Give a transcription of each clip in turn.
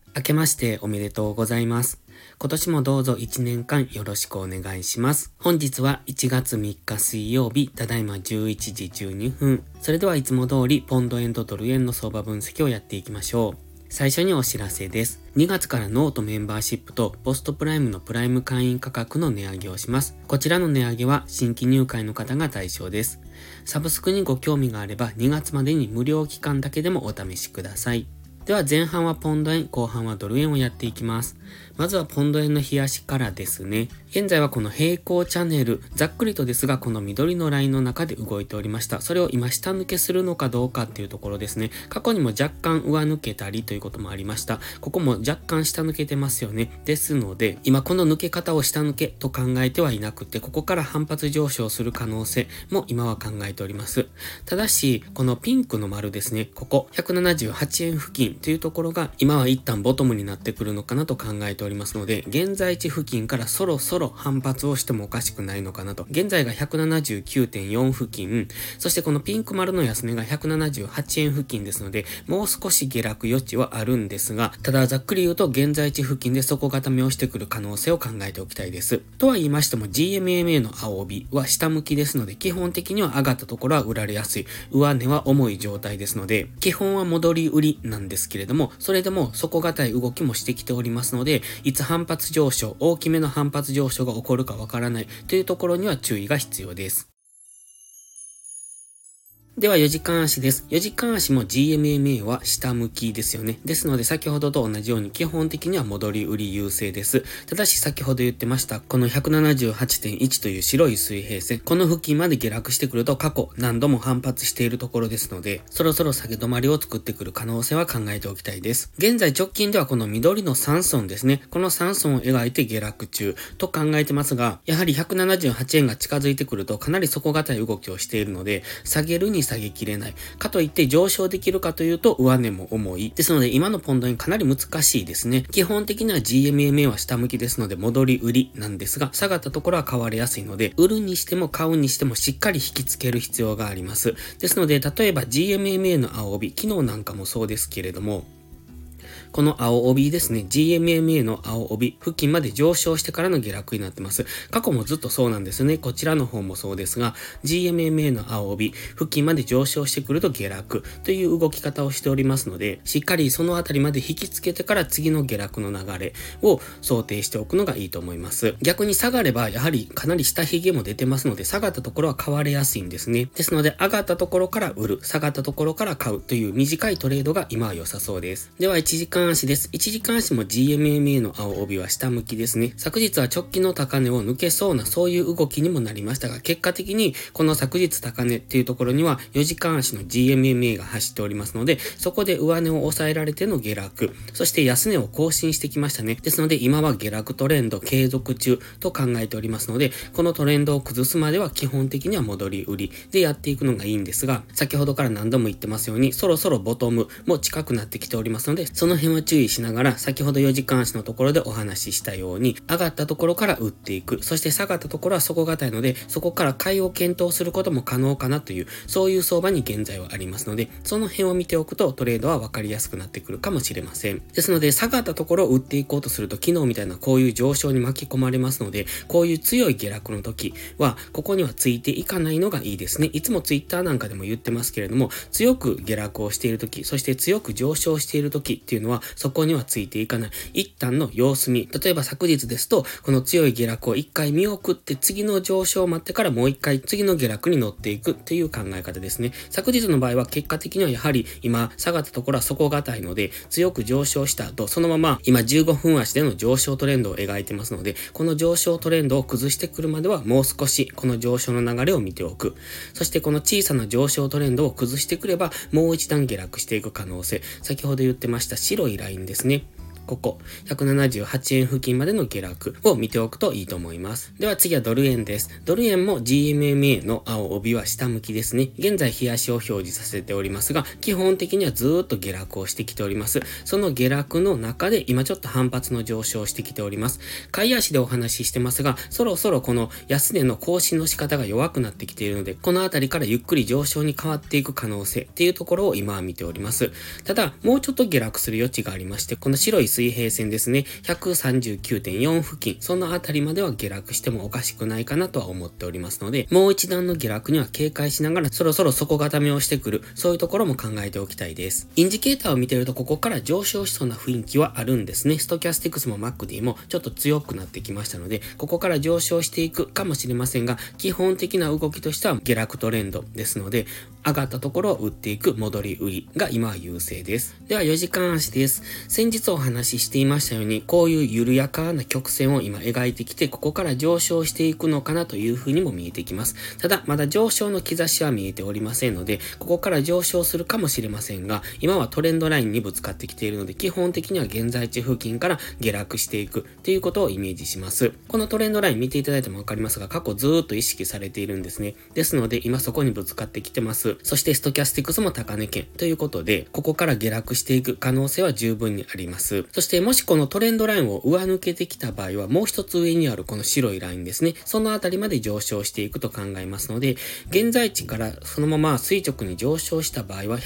明けましておめでとうございます。今年もどうぞ1年間よろしくお願いします。本日は1月3日水曜日、ただいま11時12分。それではいつも通りポンド円とドル円の相場分析をやっていきましょう。最初にお知らせです。2月からノートメンバーシップとポストプライムのプライム会員価格の値上げをします。こちらの値上げは新規入会の方が対象です。サブスクにご興味があれば2月までに無料期間だけでもお試しください。では前半はポンド円、後半はドル円をやっていきます。まずはポンド円の冷やしからですね。現在はこの平行チャンネル、ざっくりとですがこの緑のラインの中で動いておりました。それを今下抜けするのかどうかっていうところですね。過去にも若干上抜けたりということもありました。ここも若干下抜けてますよね。ですので、今この抜け方を下抜けと考えてはいなくて、ここから反発上昇する可能性も今は考えております。ただし、このピンクの丸ですね。ここ178円付近というところが今は一旦ボトムになってくるのかなと考えておりますので、現在地付近からそろそろ反発をしてもおかしくないのかなと。現在が 179.4 付近、そしてこのピンク丸の安値が178円付近ですので、もう少し下落余地はあるんですが、ただざっくり言うと現在地付近で底固めをしてくる可能性を考えておきたいです。とは言いましても GMMA の青帯は下向きですので、基本的には上がったところは売られやすい、上値は重い状態ですので、基本は戻り売りなんですけれども、それでも底堅い動きもしてきておりますので、いつ反発上昇、大きめの反発上昇が起こるかわからないというところには注意が必要です。では4時間足です。4時間足も GMMA は下向きですよね。ですので先ほどと同じように基本的には戻り売り優勢です。ただし先ほど言ってましたこの 178.1 という白い水平線、この付近まで下落してくると過去何度も反発しているところですので、そろそろ下げ止まりを作ってくる可能性は考えておきたいです。現在直近ではこの緑の3損ですね。この3損を描いて下落中と考えてますが、やはり178円が近づいてくるとかなり底堅い動きをしているので、下げるに下げきれない。かといって上昇できるかというと上値も重い。ですので今のポンド円かなり難しいですね。基本的には GMMA は下向きですので戻り売りなんですが、下がったところは買われやすいので、売るにしても買うにしてもしっかり引きつける必要があります。ですので例えば GMMA の青帯、昨日なんかもそうですけれども、この青帯ですね。GMMA の青帯付近まで上昇してからの下落になってます。過去もずっとそうなんですね。こちらの方もそうですが、GMMA の青帯付近まで上昇してくると下落という動き方をしておりますので、しっかりそのあたりまで引きつけてから次の下落の流れを想定しておくのがいいと思います。逆に下がればやはりかなり下髭も出てますので、下がったところは買われやすいんですね。ですので上がったところから売る、下がったところから買うという短いトレードが今は良さそうです。では1時間足です。1時間足も GMMA の青帯は下向きですね。昨日は直近の高値を抜けそうなそういう動きにもなりましたが、結果的にこの昨日高値っていうところには4時間足の GMMA が走っておりますので、そこで上値を抑えられての下落、そして安値を更新してきましたね。ですので今は下落トレンド継続中と考えておりますので、このトレンドを崩すまでは基本的には戻り売りでやっていくのがいいんですが、先ほどから何度も言ってますように、そろそろボトムも近くなってきておりますので、その辺は注意しながら、先ほど4時間足のところでお話ししたように、上がったところから売っていく、そして下がったところは底堅いので、そこから買いを検討することも可能かなという、そういう相場に現在はありますので、その辺を見ておくとトレードは分かりやすくなってくるかもしれません。ですので、下がったところを売っていこうとすると、昨日みたいなこういう上昇に巻き込まれますので、こういう強い下落の時は、ここにはついていかないのがいいですね。いつもツイッターなんかでも言ってますけれども、強く下落をしている時、そして強く上昇している時っていうのは、そこにはついていかない。一旦の様子見。例えば昨日ですと、この強い下落を一回見送って、次の上昇を待ってからもう一回次の下落に乗っていくっていう考え方ですね。昨日の場合は結果的にはやはり今下がったところは底堅いので、強く上昇した後、そのまま今15分足での上昇トレンドを描いてますので、この上昇トレンドを崩してくるまではもう少しこの上昇の流れを見ておく。そしてこの小さな上昇トレンドを崩してくれば、もう一段下落していく可能性。先ほど言ってました白いラインですね。ここ、178円付近までの下落を見ておくといいと思います。では次はドル円です。ドル円も GMMA の青帯は下向きですね。現在、日足を表示させておりますが、基本的にはずーっと下落をしてきております。その下落の中で今ちょっと反発の上昇をしてきております。買い足でお話ししてますが、そろそろこの安値の更新の仕方が弱くなってきているので、このあたりからゆっくり上昇に変わっていく可能性っていうところを今は見ております。ただ、もうちょっと下落する余地がありまして、この白い水水平線ですね。139.4 付近、そのあたりまでは下落してもおかしくないかなとは思っておりますので、もう一段の下落には警戒しながら、そろそろ底固めをしてくる、そういうところも考えておきたいです。インジケーターを見てると、ここから上昇しそうな雰囲気はあるんですね。ストキャスティクスも MACD もちょっと強くなってきましたので、ここから上昇していくかもしれませんが、基本的な動きとしては下落トレンドですので、上がったところを売っていく戻り売りが今は優勢です。では4時間足です。先日お話ししていましたように、こういう緩やかな曲線を今描いてきて、ここから上昇していくのかなというふうにも見えてきます。ただ、まだ上昇の兆しは見えておりませんので、ここから上昇するかもしれませんが、今はトレンドラインにぶつかってきているので、基本的には現在地付近から下落していくということをイメージします。このトレンドライン見ていただいてもわかりますが、過去ずーっと意識されているんですね。ですので、今そこにぶつかってきてます。そしてストキャスティクスも高値圏ということで、ここから下落していく可能性は十分にあります。そしてもしこのトレンドラインを上抜けてきた場合は、もう一つ上にあるこの白いラインですね。そのあたりまで上昇していくと考えますので、現在地からそのまま垂直に上昇した場合は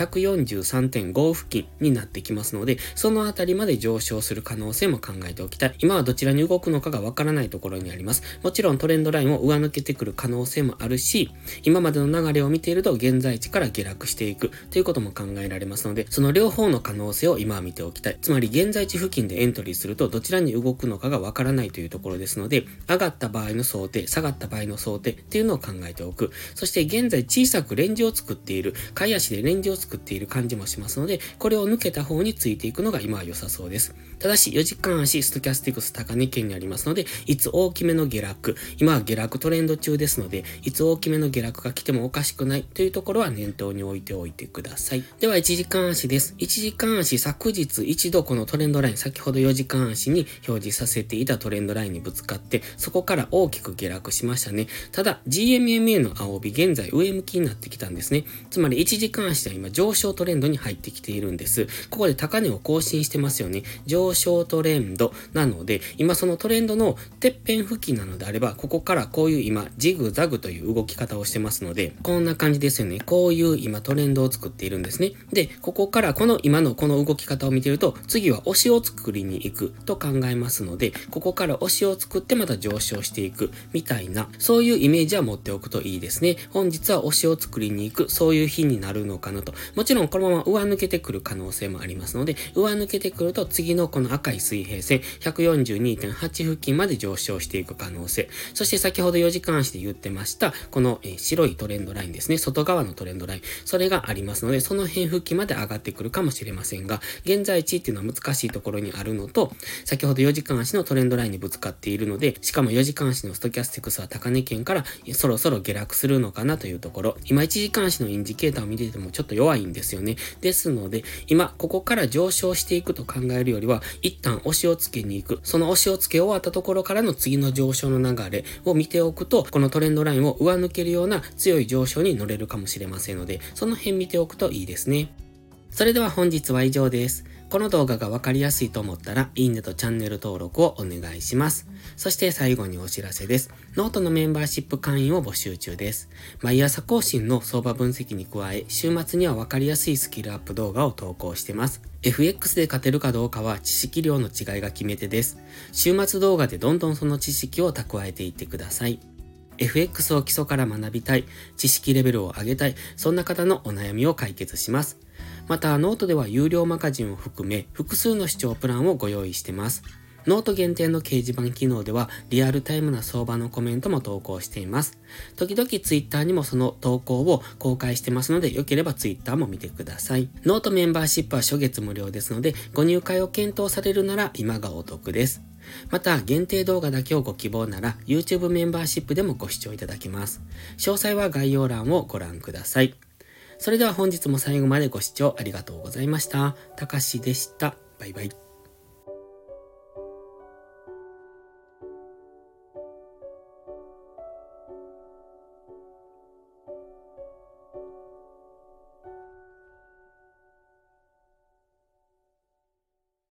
143.5 付近になってきますので、そのあたりまで上昇する可能性も考えておきたい。今はどちらに動くのかがわからないところにあります。もちろんトレンドラインを上抜けてくる可能性もあるし、今までの流れを見ていると現在地から下落していくということも考えられますので、その両方の可能性を今は見ておきたい。つまり現在地付近でエントリーするとどちらに動くのかがわからないというところですので、上がった場合の想定、下がった場合の想定っていうのを考えておく。そして現在小さくレンジを作っている、買い足でレンジを作っている感じもしますので、これを抜けた方についていくのが今は良さそうです。ただし4時間足ストキャスティクス高値圏にありますので、いつ大きめの下落、今は下落トレンド中ですので、いつ大きめの下落が来てもおかしくないというところは念頭に置いておいてください。では1時間足です。1時間足昨日一度このトレンドライン、先ほど4時間足に表示させていたトレンドラインにぶつかって、そこから大きく下落しましたね。ただ GMMA の青帯現在上向きになってきたんですね。つまり1時間足では今上昇トレンドに入ってきているんです。ここで高値を更新してますよね。上昇トレンドなので、今そのトレンドのてっぺん付近なのであれば、ここからこういう今ジグザグという動き方をしてますので、こんな感じですよね。こういう今トレンドを作っているんですね。で、ここからこの今のこの動き方を見ていると、次は押しを作りに行くと考えますので、ここから押しを作ってまた上昇していくみたいな、そういうイメージは持っておくといいですね。本日は押しを作りに行く、そういう日になるのかなと。もちろんこのまま上抜けてくる可能性もありますので、上抜けてくると次のこの赤い水平線 142.8 付近まで上昇していく可能性。そして先ほど4時間足で言ってました、この白いトレンドラインですね。外側のトレンドライン。それがありますので、その辺付近まで上がってくるかもしれませんが、現在地っていうのは難しいところにあるのと、先ほど4時間足のトレンドラインにぶつかっているので、しかも4時間足のストキャスティクスは高値圏からそろそろ下落するのかなというところ。今1時間足のインジケーターを見ていてもちょっと弱いんですよね。ですので、今ここから上昇していくと考えるよりは、一旦押しをつけに行く。その押しをつけ終わったところからの次の上昇の流れを見ておくと、このトレンドラインを上抜けるような強い上昇に乗れるかもしれませんので、その辺見ておくといいですね。それでは本日は以上です。この動画がわかりやすいと思ったら、いいねとチャンネル登録をお願いします。そして最後にお知らせです。ノートのメンバーシップ会員を募集中です。毎朝更新の相場分析に加え、週末にはわかりやすいスキルアップ動画を投稿してます。FX で勝てるかどうかは知識量の違いが決め手です。週末動画でどんどんその知識を蓄えていってください。FX を基礎から学びたい、知識レベルを上げたい、そんな方のお悩みを解決します。また、ノートでは有料マガジンを含め、複数の視聴プランをご用意してます。ノート限定の掲示板機能では、リアルタイムな相場のコメントも投稿しています。時々ツイッターにもその投稿を公開してますので、よければツイッターも見てください。ノートメンバーシップは初月無料ですので、ご入会を検討されるなら今がお得です。また、限定動画だけをご希望なら、YouTube メンバーシップでもご視聴いただけます。詳細は概要欄をご覧ください。それでは本日も最後までご視聴ありがとうございました。たかしでした。バイバイ。